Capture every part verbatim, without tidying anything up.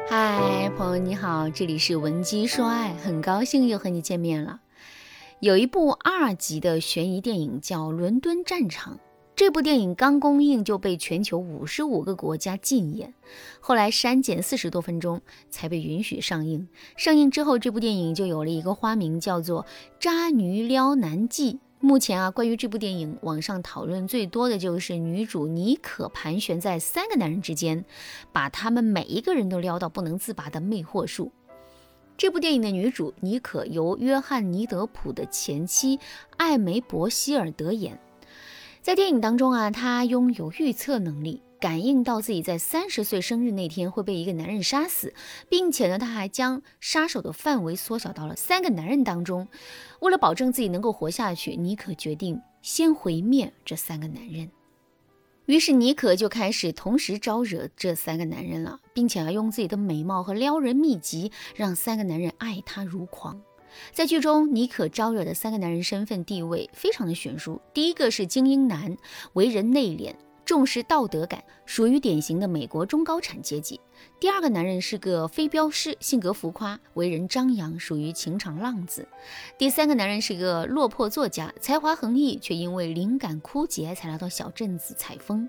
嗨，朋友你好，这里是文姬说爱，很高兴又和你见面了。有一部二级的悬疑电影叫《伦敦战场》，这部电影刚公映就被全球五十五个国家禁演，后来删减四十多分钟才被允许上映。上映之后，这部电影就有了一个花名，叫做《渣女撩男记》。目前啊，关于这部电影，网上讨论最多的就是女主妮可盘旋在三个男人之间，把他们每一个人都撩到不能自拔的魅惑术。这部电影的女主妮可由约翰尼德普的前妻艾梅伯希尔德演。在电影当中啊，她拥有预测能力，感应到自己在三十岁生日那天会被一个男人杀死，并且呢，她还将杀手的范围缩小到了三个男人当中。为了保证自己能够活下去，妮可决定先毁灭这三个男人。于是妮可就开始同时招惹这三个男人了，并且要用自己的美貌和撩人秘籍让三个男人爱她如狂。在剧中，妮可招惹的三个男人身份地位非常的悬殊。第一个是精英男，为人内敛，重视道德感，属于典型的美国中高产阶级。第二个男人是个飞镖师，性格浮夸，为人张扬，属于情场浪子。第三个男人是个落魄作家，才华横溢，却因为灵感枯竭才来到小镇子采风。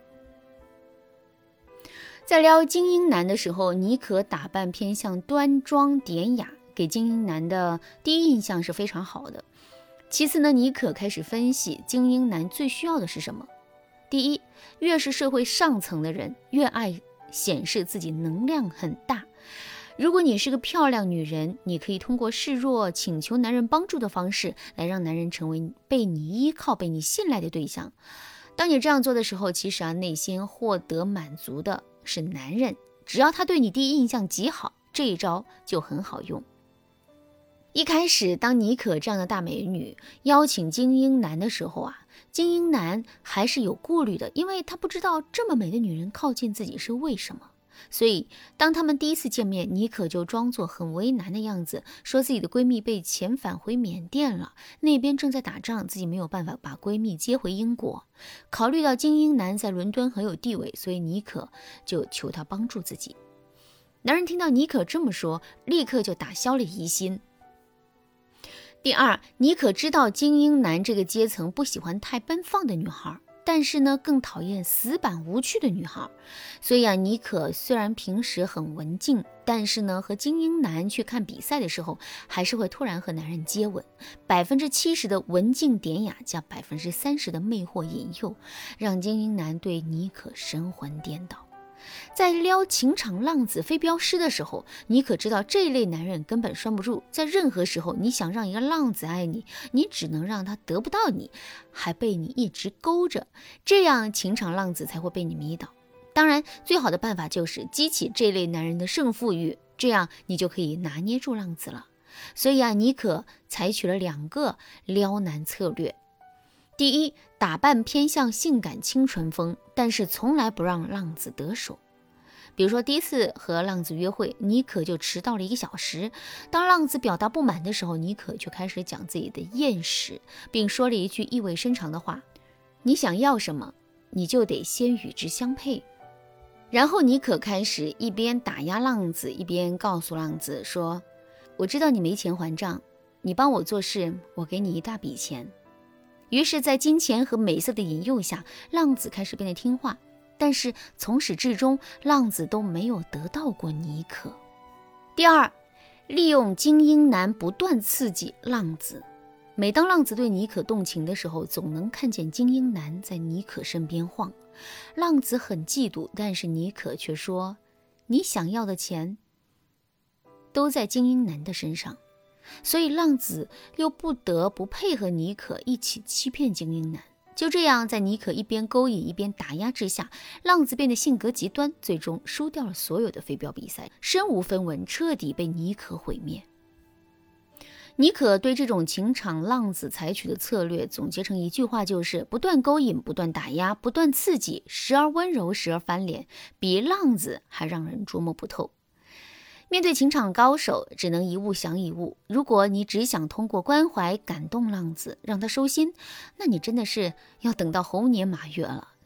在撩精英男的时候，妮可打扮偏向端庄典雅，给精英男的第一印象是非常好的。其次呢，妮可开始分析精英男最需要的是什么。第一，越是社会上层的人，越爱显示自己能量很大。如果你是个漂亮女人，你可以通过示弱、请求男人帮助的方式来让男人成为被你依靠、被你信赖的对象。当你这样做的时候，其实啊，内心获得满足的是男人，只要他对你第一印象极好，这一招就很好用。一开始，当妮可这样的大美女邀请精英男的时候啊，精英男还是有顾虑的，因为他不知道这么美的女人靠近自己是为什么。所以当他们第一次见面，妮可就装作很为难的样子，说自己的闺蜜被遣返回缅甸了，那边正在打仗，自己没有办法把闺蜜接回英国。考虑到精英男在伦敦很有地位，所以妮可就求他帮助自己。男人听到妮可这么说，立刻就打消了疑心。第二，妮可知道精英男这个阶层不喜欢太奔放的女孩，但是呢，更讨厌死板无趣的女孩。所以啊，妮可虽然平时很文静，但是呢，和精英男去看比赛的时候，还是会突然和男人接吻。百分之七十的文静典雅加百分之三十的魅惑引诱，让精英男对妮可神魂颠倒。在撩情场浪子飞镖师的时候，你可知道这类男人根本拴不住。在任何时候，你想让一个浪子爱你，你只能让他得不到你，还被你一直勾着，这样情场浪子才会被你迷倒。当然，最好的办法就是激起这类男人的胜负欲，这样你就可以拿捏住浪子了。所以啊，妮可采取了两个撩男策略。第一，打扮偏向性感清纯风，但是从来不让浪子得手。比如说第一次和浪子约会，妮可就迟到了一个小时。当浪子表达不满的时候，妮可就开始讲自己的厌食，并说了一句意味深长的话：你想要什么，你就得先与之相配。然后妮可开始一边打压浪子，一边告诉浪子说：我知道你没钱还账，你帮我做事，我给你一大笔钱。于是在金钱和美色的引诱下，浪子开始变得听话，但是从始至终，浪子都没有得到过妮可。第二，利用精英男不断刺激浪子。每当浪子对妮可动情的时候，总能看见精英男在妮可身边晃。浪子很嫉妒，但是妮可却说：你想要的钱都在精英男的身上。所以浪子又不得不配合妮可一起欺骗精英男。就这样，在妮可一边勾引一边打压之下，浪子变得性格极端，最终输掉了所有的飞镖比赛，身无分文，彻底被妮可毁灭。妮可对这种情场浪子采取的策略总结成一句话，就是不断勾引，不断打压，不断刺激，时而温柔，时而翻脸，比浪子还让人捉摸不透。面对情场高手，只能一物降一物。如果你只想通过关怀感动浪子，让他收心，那你真的是要等到猴年马月了。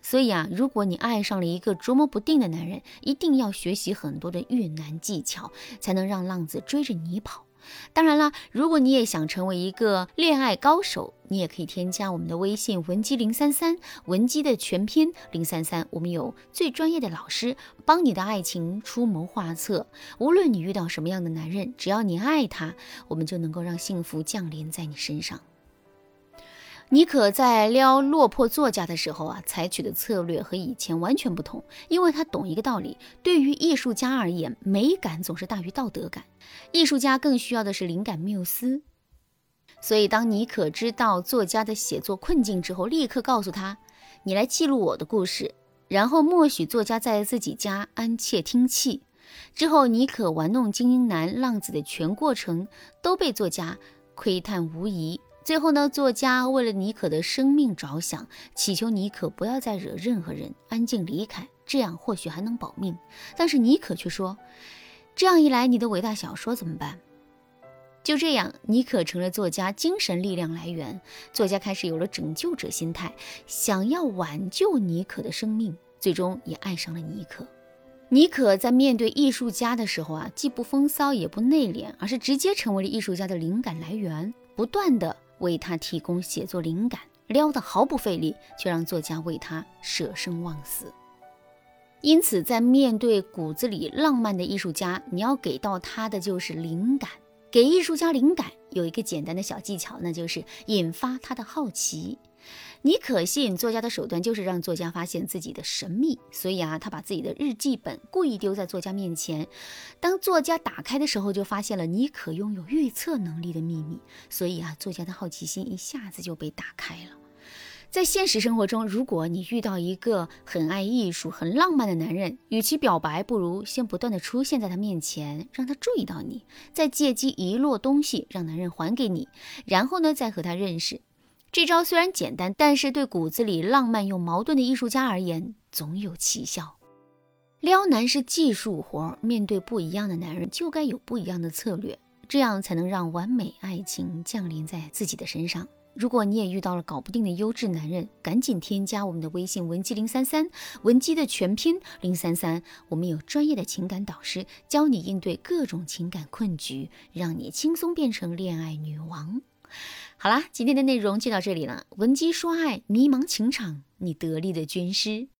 所以啊，如果你爱上了一个捉摸不定的男人，一定要学习很多的越南技巧，才能让浪子追着你跑。当然啦，如果你也想成为一个恋爱高手，你也可以添加我们的微信文姬零三三，文姬的全拼零三三，我们有最专业的老师帮你的爱情出谋划策。无论你遇到什么样的男人，只要你爱他，我们就能够让幸福降临在你身上。妮可在撩落魄作家的时候啊，采取的策略和以前完全不同，因为他懂一个道理，对于艺术家而言，美感总是大于道德感，艺术家更需要的是灵感缪斯。所以当妮可知道作家的写作困境之后，立刻告诉他，你来记录我的故事，然后默许作家在自己家安切听气。之后妮可玩弄精英男浪子的全过程都被作家窥探无疑。最后呢，作家为了妮可的生命着想，祈求妮可不要再惹任何人，安静离开，这样或许还能保命。但是妮可却说，这样一来你的伟大小说怎么办？就这样，妮可成了作家精神力量来源，作家开始有了拯救者心态，想要挽救妮可的生命，最终也爱上了妮可。妮可在面对艺术家的时候啊，既不风骚也不内敛，而是直接成为了艺术家的灵感来源，不断的为他提供写作灵感，撩得毫不费力，却让作家为他舍生忘死。因此在面对骨子里浪漫的艺术家，你要给到他的就是灵感。给艺术家灵感有一个简单的小技巧，那就是引发他的好奇。妮可吸引作家的手段就是让作家发现自己的神秘，所以啊，他把自己的日记本故意丢在作家面前。当作家打开的时候，就发现了妮可拥有预测能力的秘密，所以啊，作家的好奇心一下子就被打开了。在现实生活中，如果你遇到一个很爱艺术、很浪漫的男人，与其表白，不如先不断的出现在他面前，让他注意到你，再借机遗落东西，让男人还给你，然后呢，再和他认识。这招虽然简单，但是对骨子里浪漫又矛盾的艺术家而言，总有奇效。撩男是技术活，面对不一样的男人，就该有不一样的策略，这样才能让完美爱情降临在自己的身上。如果你也遇到了搞不定的优质男人，赶紧添加我们的微信文姬零三三，文姬的全拼零三三，我们有专业的情感导师，教你应对各种情感困局，让你轻松变成恋爱女王。好啦，今天的内容就到这里了。文姬说爱，迷茫情场，你得力的军师。